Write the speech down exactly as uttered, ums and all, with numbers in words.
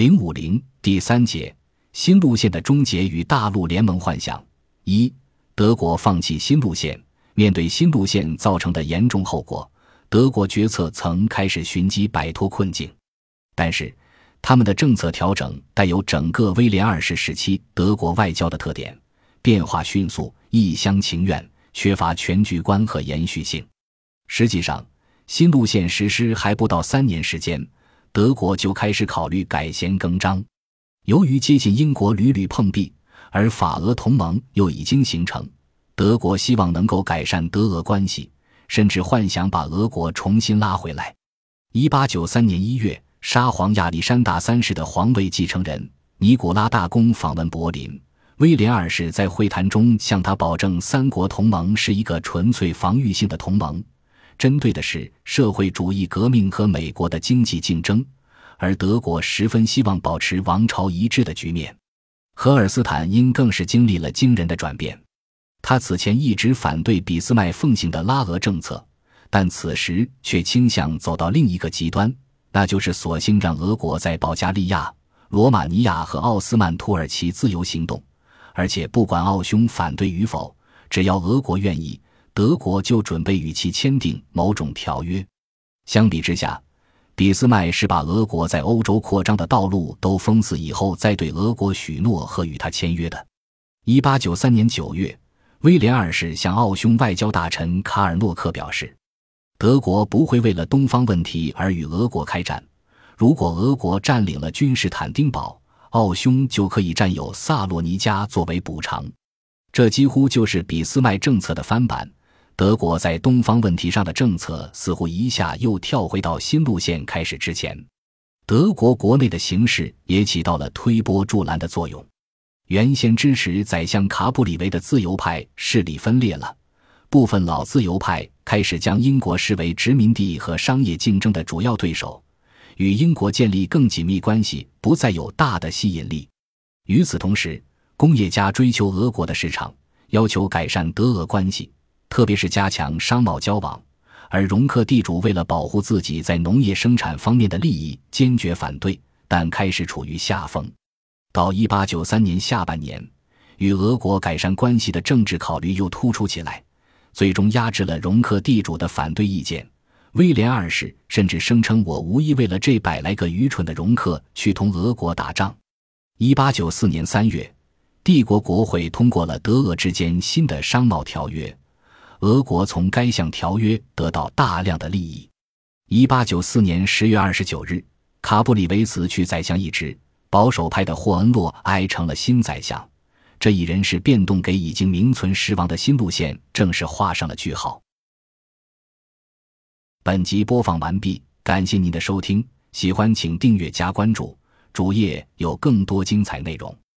零五零第三节新路线的终结与大陆联盟幻想。一、德国放弃新路线。面对新路线造成的严重后果，德国决策层开始寻机摆脱困境。但是他们的政策调整带有整个威廉二世时期德国外交的特点，变化迅速，一厢情愿，缺乏全局观和延续性。实际上，新路线实施还不到三年时间，德国就开始考虑改弦更张。由于接近英国屡屡碰壁，而法俄同盟又已经形成，德国希望能够改善德俄关系，甚至幻想把俄国重新拉回来。一八九三年一月，沙皇亚历山大三世的皇位继承人尼古拉大公访问柏林，威廉二世在会谈中向他保证，三国同盟是一个纯粹防御性的同盟，针对的是社会主义革命和美国的经济竞争，而德国十分希望保持王朝一致的局面。荷尔斯坦因更是经历了惊人的转变，他此前一直反对俾斯麦奉行的拉俄政策，但此时却倾向走到另一个极端，那就是索性让俄国在保加利亚、罗马尼亚和奥斯曼土耳其自由行动，而且不管奥匈反对与否，只要俄国愿意，德国就准备与其签订某种条约。相比之下，俾斯麦是把俄国在欧洲扩张的道路都封死以后，再对俄国许诺和与他签约的。一八九三年九月，威廉二世向奥匈外交大臣卡尔诺克表示，德国不会为了东方问题而与俄国开战，如果俄国占领了君士坦丁堡，奥匈就可以占有萨洛尼加作为补偿。这几乎就是俾斯麦政策的翻版，德国在东方问题上的政策似乎一下又跳回到新路线开始之前。德国国内的形势也起到了推波助澜的作用。原先支持宰相卡普里维的自由派势力分裂了，部分老自由派开始将英国视为殖民地和商业竞争的主要对手，与英国建立更紧密关系不再有大的吸引力。与此同时，工业家追求俄国的市场，要求改善德俄关系，特别是加强商贸交往，而容克地主为了保护自己在农业生产方面的利益，坚决反对，但开始处于下风。到一八九三年下半年，与俄国改善关系的政治考虑又突出起来，最终压制了容克地主的反对意见。威廉二世甚至声称，我无意为了这百来个愚蠢的容克去同俄国打仗。一八九四年三月，帝国国会通过了德俄之间新的商贸条约，俄国从该项条约得到大量的利益。一八九四年十月二十九日，卡普里维辞去宰相一职，保守派的霍恩洛埃成了新宰相，这一人事变动给已经名存实亡的新路线正式画上了句号。本集播放完毕，感谢您的收听，喜欢请订阅加关注，主页有更多精彩内容。